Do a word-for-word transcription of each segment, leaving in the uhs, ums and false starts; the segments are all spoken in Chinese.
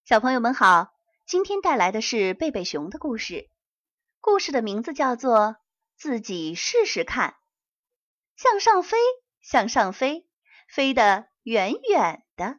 小朋友们好，今天带来的是贝贝熊的故事。故事的名字叫做《自己试试看》。向上飞，向上飞，飞得远远的。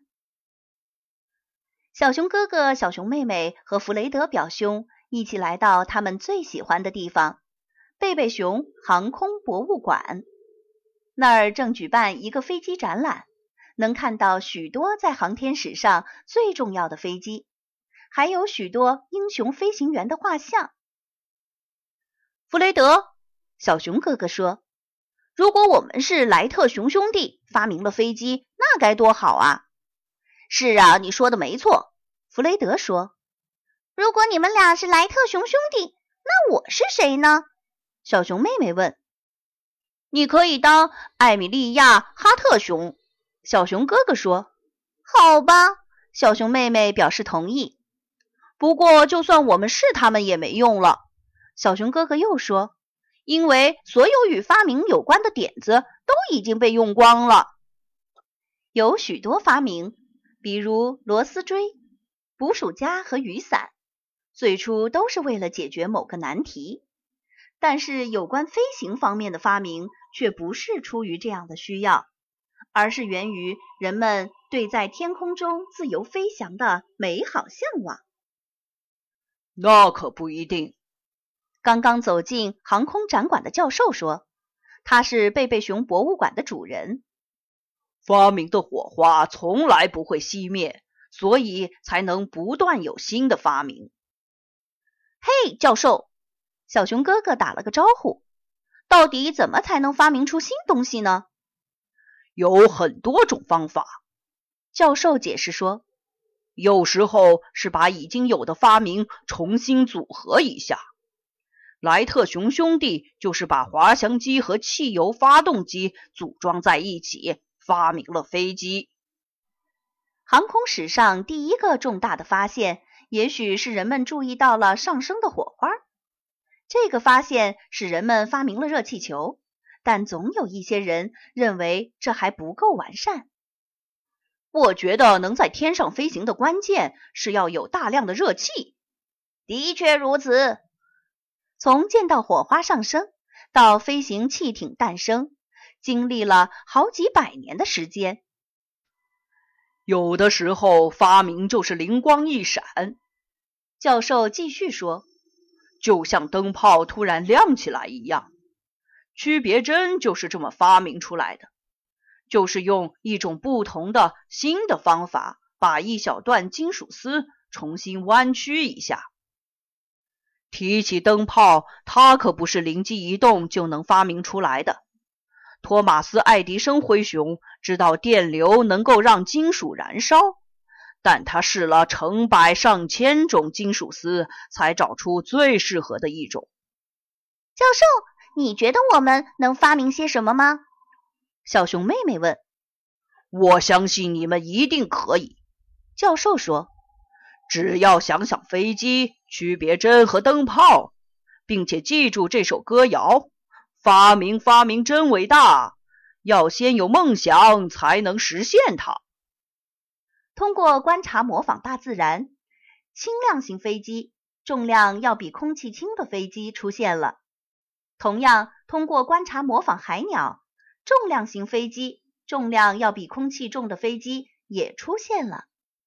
小熊哥哥、小熊妹妹和弗雷德表兄一起来到他们最喜欢的地方——贝贝熊航空博物馆。那儿正举办一个飞机展览，能看到许多在航天史上最重要的飞机，还有许多英雄飞行员的画像。弗雷德，小熊哥哥说，如果我们是莱特熊兄弟发明了飞机，那该多好啊！是啊，你说的没错，弗雷德说。 如果你们俩是莱特熊兄弟，那我是谁呢？ 小熊妹妹问。你可以当艾米莉亚·哈特熊，小熊哥哥说。 好吧， 小熊妹妹表示同意。不过就算我们是他们也没用了，小熊哥哥又说，因为所有与发明有关的点子都已经被用光了。有许多发明，比如螺丝锥、捕鼠夹和雨伞，最初都是为了解决某个难题。但是有关飞行方面的发明却不是出于这样的需要，而是源于人们对在天空中自由飞翔的美好向往。 那可不一定。 刚刚走进航空展馆的教授说，他是贝贝熊博物馆的主人。 发明的火花从来不会熄灭，所以才能不断有新的发明。 嘿，教授！小熊哥哥打了个招呼，到底怎么才能发明出新东西呢？ 有很多种方法， 教授解释说， 有时候是把已经有的发明重新组合一下。莱特熊兄弟就是把滑翔机和汽油发动机组装在一起，发明了飞机。 航空史上第一个重大的发现，也许是人们注意到了上升的火花。这个发现使人们发明了热气球，但总有一些人认为这还不够完善。我觉得能在天上飞行的关键是要有大量的热气。 的确如此。 从见到火花上升到飞行气艇诞生，经历了好几百年的时间。 有的时候发明就是灵光一闪， 教授继续说， 就像灯泡突然亮起来一样。区别针就是这么发明出来的，就是用一种不同的新的方法，把一小段金属丝重新弯曲一下。提起灯泡，它可不是灵机一动就能发明出来的。托马斯·爱迪生灰熊知道电流能够让金属燃烧，但他试了成百上千种金属丝，才找出最适合的一种。 教授，你觉得我们能发明些什么吗？ 小熊妹妹问。 我相信你们一定可以， 教授说。 只要想想飞机、区别针和灯泡，并且记住这首歌谣，发明发明真伟大，要先有梦想才能实现它。 通过观察模仿大自然，轻量型飞机，重量要比空气轻的飞机出现了。同样，通过观察模仿海鸟，重量型飞机，重量要比空气重的飞机也出现了。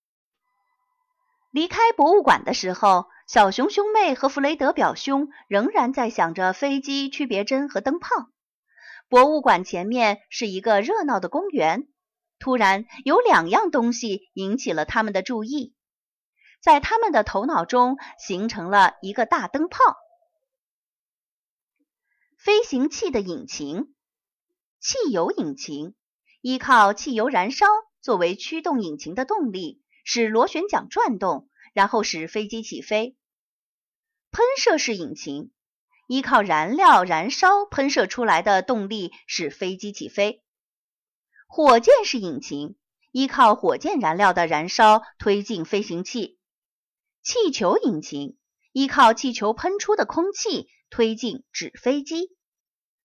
离开博物馆的时候，小熊兄妹和弗雷德表兄仍然在想着飞机、区别针和灯泡。博物馆前面是一个热闹的公园，突然有两样东西引起了他们的注意，在他们的头脑中形成了一个大灯泡。飞行器的引擎，汽油引擎，依靠汽油燃烧作为驱动引擎的动力，使螺旋桨转动，然后使飞机起飞。喷射式引擎，依靠燃料燃烧喷射出来的动力使飞机起飞。火箭式引擎，依靠火箭燃料的燃烧推进飞行器。气球引擎，依靠气球喷出的空气推进纸飞机。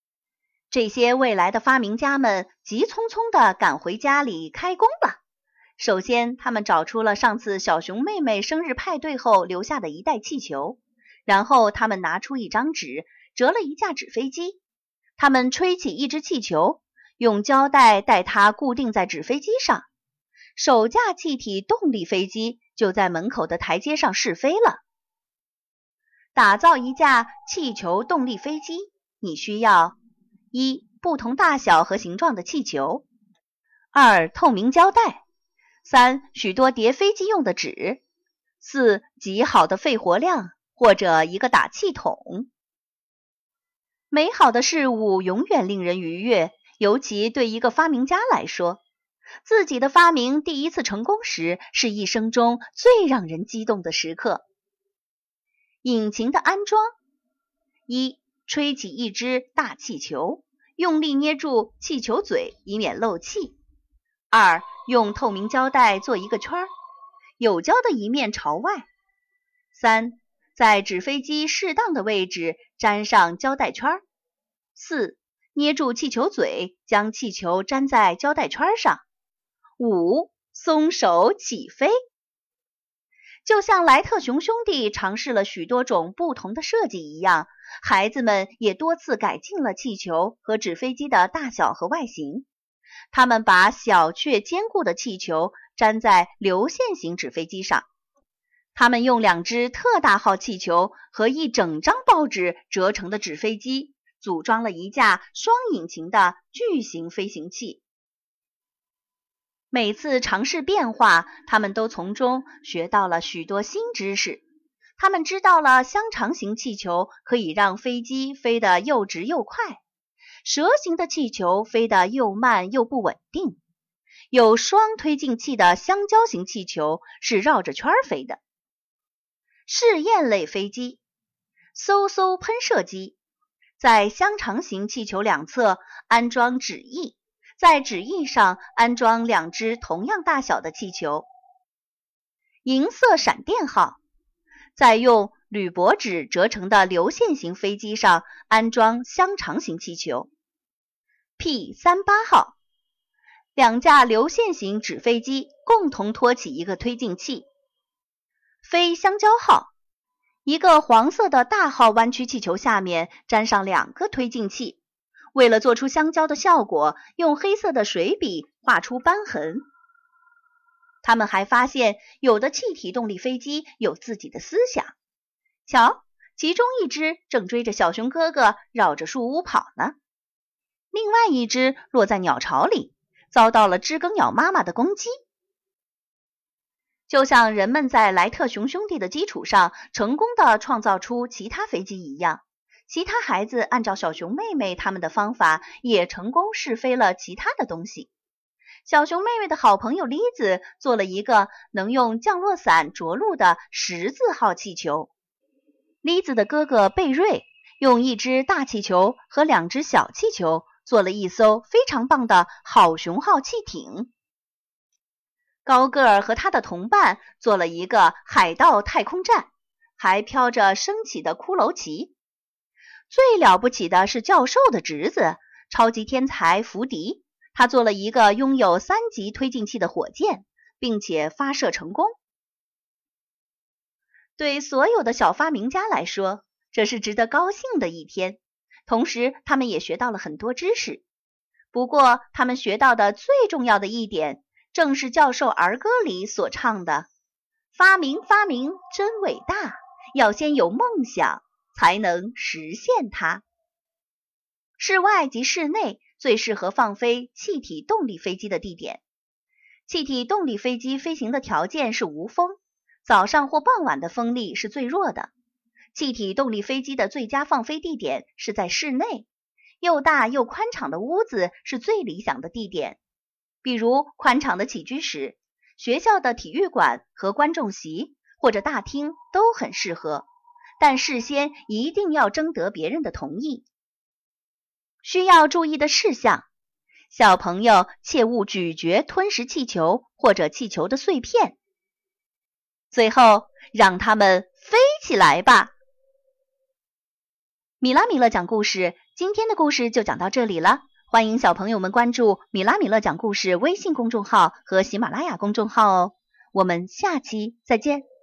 这些未来的发明家们急匆匆地赶回家里开工了。 首先，他们找出了上次小熊妹妹生日派对后留下的一袋气球，然后他们拿出一张纸，折了一架纸飞机。他们吹起一只气球，用胶带带它固定在纸飞机上。首架气体动力飞机就在门口的台阶上试飞了。打造一架气球动力飞机，你需要一不同大小和形状的气球，二透明胶带，三许多叠飞机用的纸，四极好的肺活量或者一个打气筒。美好的事物永远令人愉悦，尤其对一个发明家来说，自己的发明第一次成功时是一生中最让人激动的时刻。引擎的安装：一吹起一只大气球，用力捏住气球嘴以免漏气。二用透明胶带做一个圈，有胶的一面朝外。三在纸飞机适当的位置粘上胶带圈。四捏住气球嘴，将气球粘在胶带圈上。五松手起飞。就像莱特熊兄弟尝试了许多种不同的设计一样，孩子们也多次改进了气球和纸飞机的大小和外形。他们把小却坚固的气球粘在流线型纸飞机上。他们用两只特大号气球和一整张报纸折成的纸飞机，组装了一架双引擎的巨型飞行器。每次尝试变化，他们都从中学到了许多新知识。他们知道了香肠型气球可以让飞机飞得又直又快，蛇形的气球飞得又慢又不稳定，有双推进器的香蕉型气球是绕着圈飞的。试验类飞机，嗖嗖喷射机，在香肠型气球两侧安装纸翼，在纸翼上安装两只同样大小的气球。银色闪电号，在用铝箔纸折成的流线型飞机上安装香肠型气球。P 三十八 号，两架流线型纸飞机共同托起一个推进器。飞香蕉号，一个黄色的大号弯曲气球下面粘上两个推进器，为了做出香蕉的效果，用黑色的水笔画出斑痕。他们还发现有的气体动力飞机有自己的思想。瞧，其中一只正追着小熊哥哥绕着树屋跑呢，另外一只落在鸟巢里，遭到了知更鸟妈妈的攻击。就像人们在莱特熊兄弟的基础上成功地创造出其他飞机一样，其他孩子按照小熊妹妹他们的方法也成功试飞了其他的东西。小熊妹妹的好朋友栗子做了一个能用降落伞着陆的十字号气球。栗子的哥哥贝瑞用一只大气球和两只小气球做了一艘非常棒的好熊号气艇。高个儿和他的同伴做了一个海盗太空站，还飘着升起的骷髅旗。最了不起的是教授的侄子，超级天才福迪，他做了一个拥有三级推进器的火箭，并且发射成功。对所有的小发明家来说，这是值得高兴的一天，同时他们也学到了很多知识。不过他们学到的最重要的一点，正是教授儿歌里所唱的：发明发明真伟大，要先有梦想才能实现它。室外及室内最适合放飞气体动力飞机的地点。气体动力飞机飞行的条件是无风，早上或傍晚的风力是最弱的。气体动力飞机的最佳放飞地点是在室内，又大又宽敞的屋子是最理想的地点。比如宽敞的起居室、学校的体育馆和观众席或者大厅都很适合，但事先一定要征得别人的同意。需要注意的事项：小朋友切勿咀嚼吞食气球或者气球的碎片。最后，让它们飞起来吧！米拉米勒讲故事，今天的故事就讲到这里了。 欢迎小朋友们关注米拉米勒讲故事微信公众号和喜马拉雅公众号哦。我们下期再见。